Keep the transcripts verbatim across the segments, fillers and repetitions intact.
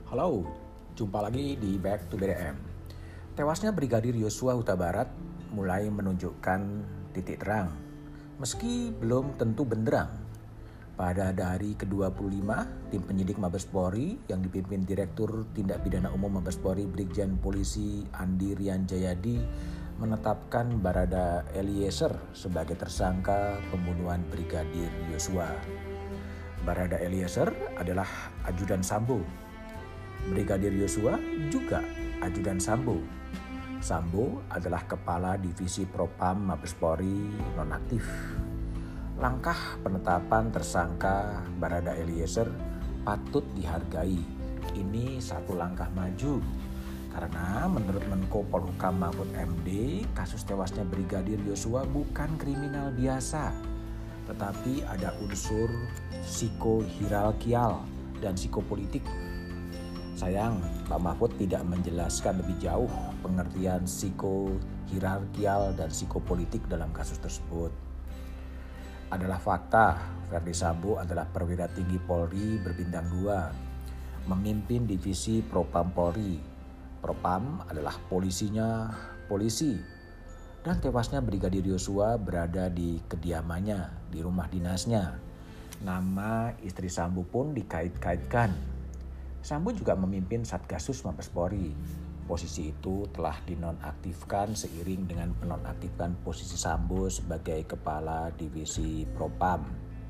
Halo, jumpa lagi di Back to B D M. Tewasnya Brigadir Yosua Huta Barat mulai menunjukkan titik terang, meski belum tentu benderang. Pada hari ke dua puluh lima, tim penyidik Mabes Polri yang dipimpin Direktur Tindak Pidana Umum Mabes Polri Brigjen Polisi Andi Rian Jayadi menetapkan Barada Eliezer sebagai tersangka pembunuhan Brigadir Yosua. Barada Eliezer adalah ajudan Sambo. Brigadir Yosua juga ajudan Sambo. Sambo adalah kepala divisi Propam Mabes Polri nonaktif. Langkah penetapan tersangka Barada Eliezer patut dihargai. Ini satu langkah maju. Karena menurut Menko Polhukam Mahfud M D, kasus tewasnya Brigadir Yosua bukan kriminal biasa, tetapi ada unsur psikohierarkial dan psikopolitik. Sayang, Pak Mahfud tidak menjelaskan lebih jauh pengertian psikohierarkial dan psikopolitik dalam kasus tersebut. Adalah fakta, Verdi Sambo adalah perwira tinggi Polri berbintang dua, memimpin divisi Propam Polri. Propam adalah polisinya polisi. Dan tewasnya Brigadir Yosua berada di kediamannya, di rumah dinasnya. Nama istri Sambo pun dikait-kaitkan. Sambo juga memimpin Satgasus Mabes Polri. Posisi itu telah dinonaktifkan seiring dengan penonaktifkan posisi Sambo sebagai Kepala Divisi Propam.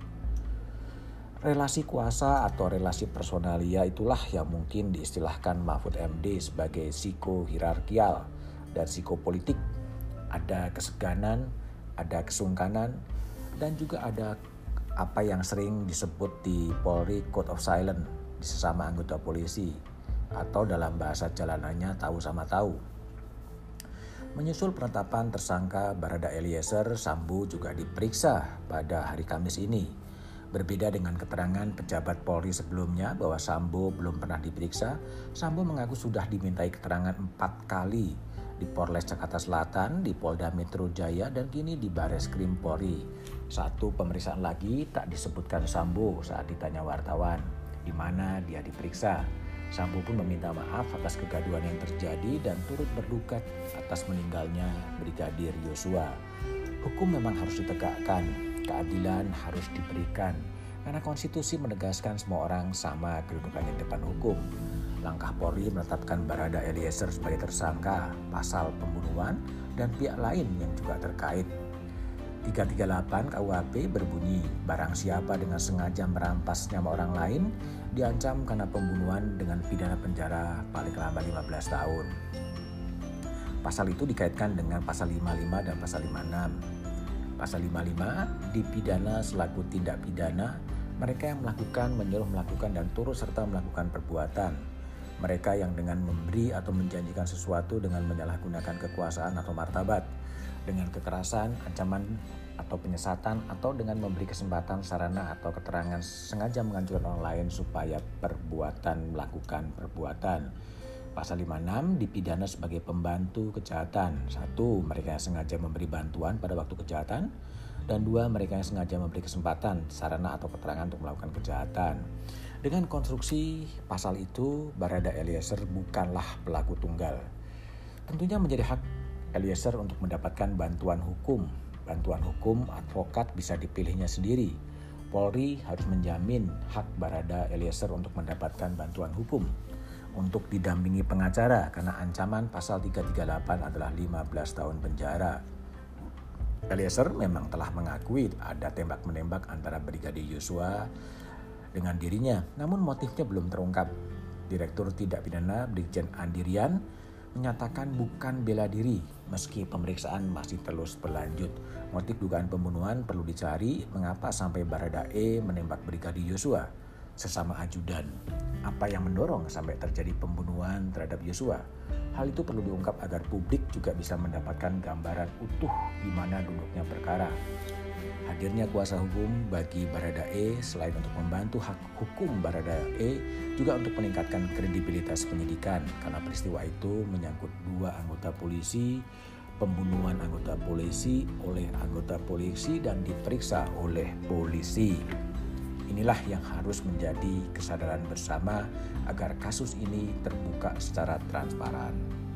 Relasi kuasa atau relasi personalia itulah yang mungkin diistilahkan Mahfud M D sebagai psikohierarkial dan psikopolitik. Ada keseganan, ada kesungkanan, dan juga ada apa yang sering disebut di Polri Code of Silence di sesama anggota polisi, atau dalam bahasa jalanannya tahu sama tahu. Menyusul penetapan tersangka Barada Eliezer, Sambo juga diperiksa pada hari Kamis ini. Berbeda dengan keterangan pejabat Polri sebelumnya bahwa Sambo belum pernah diperiksa, Sambo mengaku sudah dimintai keterangan empat kali di Polres Jakarta Selatan, di Polda Metro Jaya, dan kini di Bareskrim Polri. Satu pemeriksaan lagi tak disebutkan Sambo saat ditanya wartawan di mana dia diperiksa. Sambo pun meminta maaf atas kegaduhan yang terjadi dan turut berduka atas meninggalnya Brigadir Yosua. Hukum memang harus ditegakkan, keadilan harus diberikan, karena konstitusi menegaskan semua orang sama kedudukannya di depan hukum. Langkah Polri menetapkan Barada Eliezer sebagai tersangka pasal pembunuhan dan pihak lain yang juga terkait. tiga tiga delapan K U H P berbunyi, barang siapa dengan sengaja merampas nyawa orang lain diancam karena pembunuhan dengan pidana penjara paling lambat lima belas tahun. Pasal itu dikaitkan dengan pasal lima puluh lima dan pasal lima puluh enam. Pasal lima puluh lima dipidana selaku tindak pidana mereka yang melakukan, menyuruh melakukan, dan turut serta melakukan perbuatan. Mereka yang dengan memberi atau menjanjikan sesuatu dengan menyalahgunakan kekuasaan atau martabat, dengan kekerasan, ancaman atau penyesatan, atau dengan memberi kesempatan, sarana atau keterangan sengaja mengancurkan orang lain supaya perbuatan melakukan perbuatan. Pasal lima puluh enam dipidana sebagai pembantu kejahatan. Satu, mereka yang sengaja memberi bantuan pada waktu kejahatan. Dan dua, mereka yang sengaja memberi kesempatan, sarana atau keterangan untuk melakukan kejahatan. Dengan konstruksi pasal itu, Barada Eliezer bukanlah pelaku tunggal. Tentunya menjadi hak Eliezer untuk mendapatkan bantuan hukum. Bantuan hukum advokat bisa dipilihnya sendiri. Polri harus menjamin hak Barada Eliezer untuk mendapatkan bantuan hukum, untuk didampingi pengacara, karena ancaman pasal tiga tiga delapan adalah lima belas tahun penjara. Eliezer memang telah mengakui ada tembak-menembak antara Brigadir Yosua dengan dirinya, namun motifnya belum terungkap. Direktur Tindak Pidana Brigjen Andi Rian menyatakan bukan bela diri, meski pemeriksaan masih terus berlanjut. Motif dugaan pembunuhan perlu dicari, mengapa sampai Barada E menembak Brigadir Yosua sesama ajudan. Apa yang mendorong sampai terjadi pembunuhan terhadap Yosua? Hal itu perlu diungkap agar publik juga bisa mendapatkan gambaran utuh di mana duduknya perkara. Hadirnya kuasa hukum bagi Barada E selain untuk membantu hak hukum Barada E, juga untuk meningkatkan kredibilitas penyidikan, karena peristiwa itu menyangkut dua anggota polisi, pembunuhan anggota polisi oleh anggota polisi dan diperiksa oleh polisi. Inilah yang harus menjadi kesadaran bersama agar kasus ini terbuka secara transparan.